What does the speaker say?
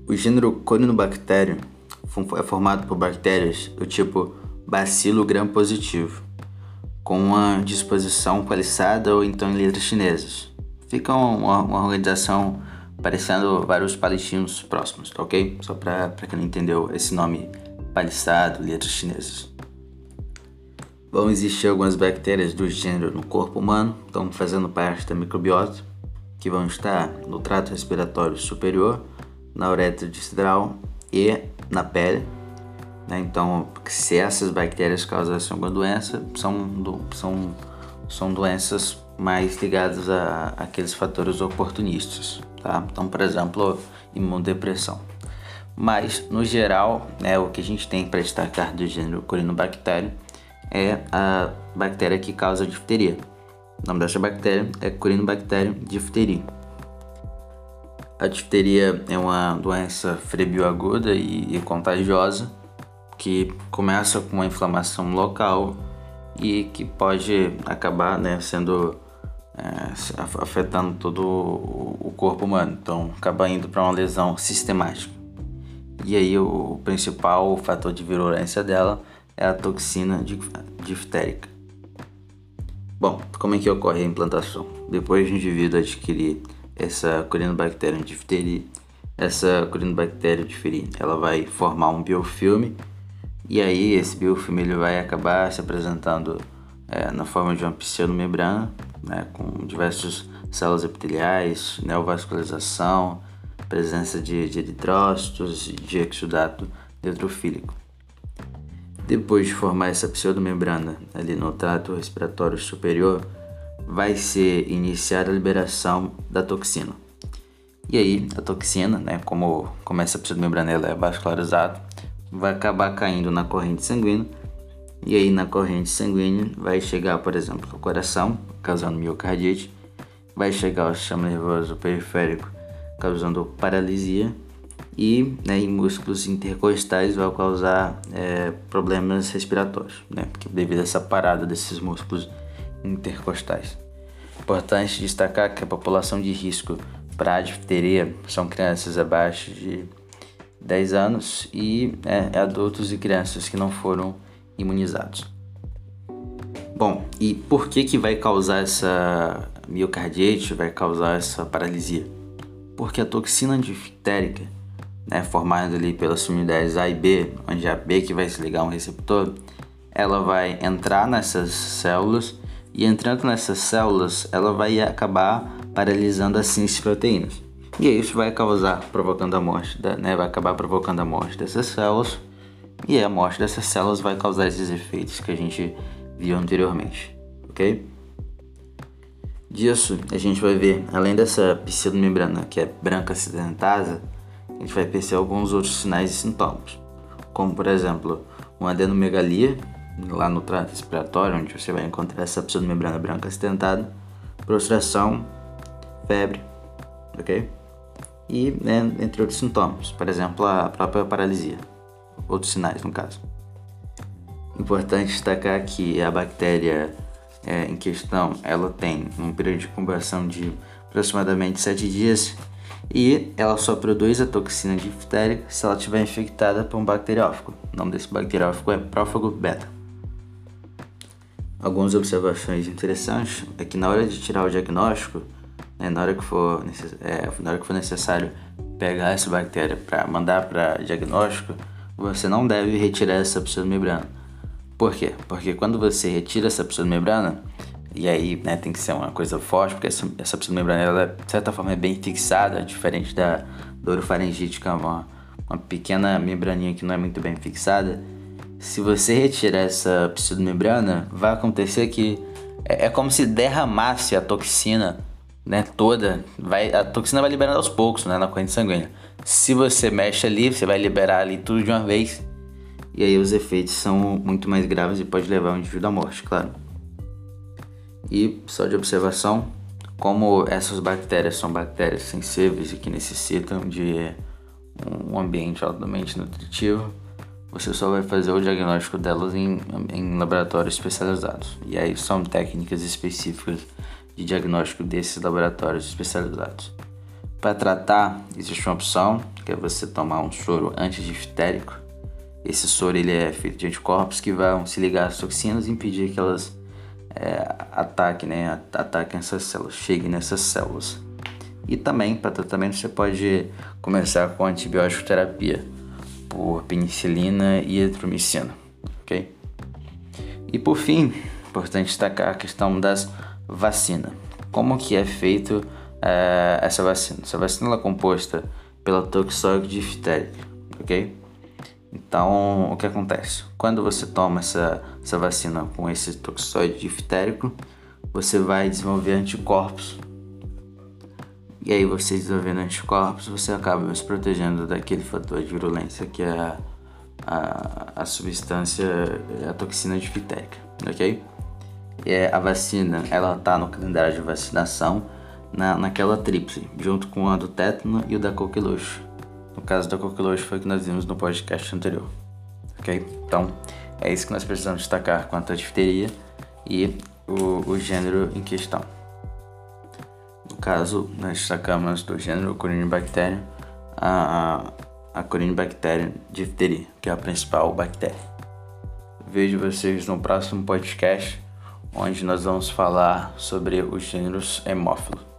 O gênero Corynebacterium é formado por bactérias do tipo Bacilo gram-positivo, com uma disposição paliçada ou então em letras chinesas. Fica uma organização parecendo vários palitinhos próximos, tá ok? Só para quem não entendeu esse nome paliçado, letras chinesas. Vão existir algumas bactérias do gênero no corpo humano, estão fazendo parte da microbiota, que vão estar no trato respiratório superior, na uretra distal e na pele. Então, se essas bactérias causassem alguma doença, são doenças mais ligadas a aqueles fatores oportunistas, tá? Então, por exemplo, imunodepressão. Mas, no geral, o que a gente tem para destacar do gênero Corynebacterium é a bactéria que causa difteria. O nome dessa bactéria é Corynebacterium diphtheriae. A difteria é uma doença febril aguda e contagiosa que começa com uma inflamação local e que pode acabar afetando todo o corpo humano. Então, acaba indo para uma lesão sistemática. E aí, o principal fator de virulência dela é a toxina diftérica. Bom, como é que ocorre a implantação? Depois do indivíduo adquirir essa Corynebacterium diphtheriae, ela vai formar um biofilme, e aí esse biofilme ele vai acabar se apresentando na forma de uma pseudomembrana, com diversas células epiteliais, neovascularização, presença de eritrócitos e de exudato neutrofílico. Depois de formar essa pseudomembrana ali no trato respiratório superior, vai ser iniciada a liberação da toxina. E aí, a toxina, como essa pseudomembrana é vascularizada, vai acabar caindo na corrente sanguínea. E aí, na corrente sanguínea, vai chegar, por exemplo, ao coração, causando miocardite. Vai chegar ao sistema nervoso periférico, causando paralisia. E em músculos intercostais vai causar problemas respiratórios, porque devido a essa parada desses músculos intercostais. Importante destacar que a população de risco para a difteria são crianças abaixo de 10 anos e adultos e crianças que não foram imunizados. Bom, e por que vai causar essa miocardite, vai causar essa paralisia? Porque a toxina diftérica, formada ali pelas unidades A e B, onde a B que vai se ligar a um receptor, ela vai entrar nessas células e entrando nessas células ela vai acabar paralisando as síntese proteínas. E isso vai acabar provocando a morte dessas células, e a morte dessas células vai causar esses efeitos que a gente viu anteriormente, ok? Disso a gente vai ver, além dessa pseudomembrana que é branca acidentada, a gente vai perceber alguns outros sinais e sintomas, como por exemplo, uma adenomegalia, lá no trato respiratório, onde você vai encontrar essa pseudomembrana branca acidentada, prostração, febre, ok? E entre outros sintomas, por exemplo, a própria paralisia, outros sinais no caso. Importante destacar que a bactéria em questão, ela tem um período de incubação de aproximadamente 7 dias e ela só produz a toxina diftérica se ela estiver infectada por um bacteriófago. O nome desse bacteriófago é prófago beta. Algumas observações interessantes é que na hora de tirar o diagnóstico, na hora que for necessário pegar essa bactéria para mandar para diagnóstico, você não deve retirar essa pseudomembrana. Por quê? Porque quando você retira essa pseudomembrana, e aí tem que ser uma coisa forte, porque essa pseudomembrana, ela, de certa forma, é bem fixada, diferente da orofaringite, que é uma pequena membraninha que não é muito bem fixada. Se você retirar essa pseudomembrana, vai acontecer que é como se derramasse a toxina toda. A toxina vai liberando aos poucos na corrente sanguínea. Se você mexe ali, você vai liberar ali tudo de uma vez. E aí os efeitos são muito mais graves e pode levar o indivíduo à morte, claro. E só de observação, como essas bactérias são bactérias sensíveis e que necessitam de um ambiente altamente nutritivo, você só vai fazer o diagnóstico delas em laboratórios especializados. E aí são técnicas específicas de diagnóstico desses laboratórios especializados. Para tratar, existe uma opção, que é você tomar um soro antidifterico. Esse soro ele é feito de anticorpos que vão se ligar às toxinas e impedir que elas ataquem essas células, cheguem nessas células. E também, para tratamento, você pode começar com antibiótico terapia por penicilina e eritromicina, ok? E por fim, importante destacar a questão das vacinas. Como que é feito essa vacina? Essa vacina ela é composta pela toxoide difterica, ok? Então, o que acontece? Quando você toma essa vacina com esse toxoide diftérico, você vai desenvolver anticorpos. E aí, você desenvolvendo anticorpos, você acaba se protegendo daquele fator de virulência que é a substância, a toxina diftérica, ok? A vacina, ela tá no calendário de vacinação naquela tríplice, junto com a do tétano e o da coqueluche. No caso da coqueluche foi o que nós vimos no podcast anterior, ok? Então, é isso que nós precisamos destacar quanto à difteria e o gênero em questão. No caso, nós destacamos do gênero Corynebacterium a Corynebacterium diphtheria, que é a principal bactéria. Vejo vocês no próximo podcast, onde nós vamos falar sobre os gêneros hemófilos.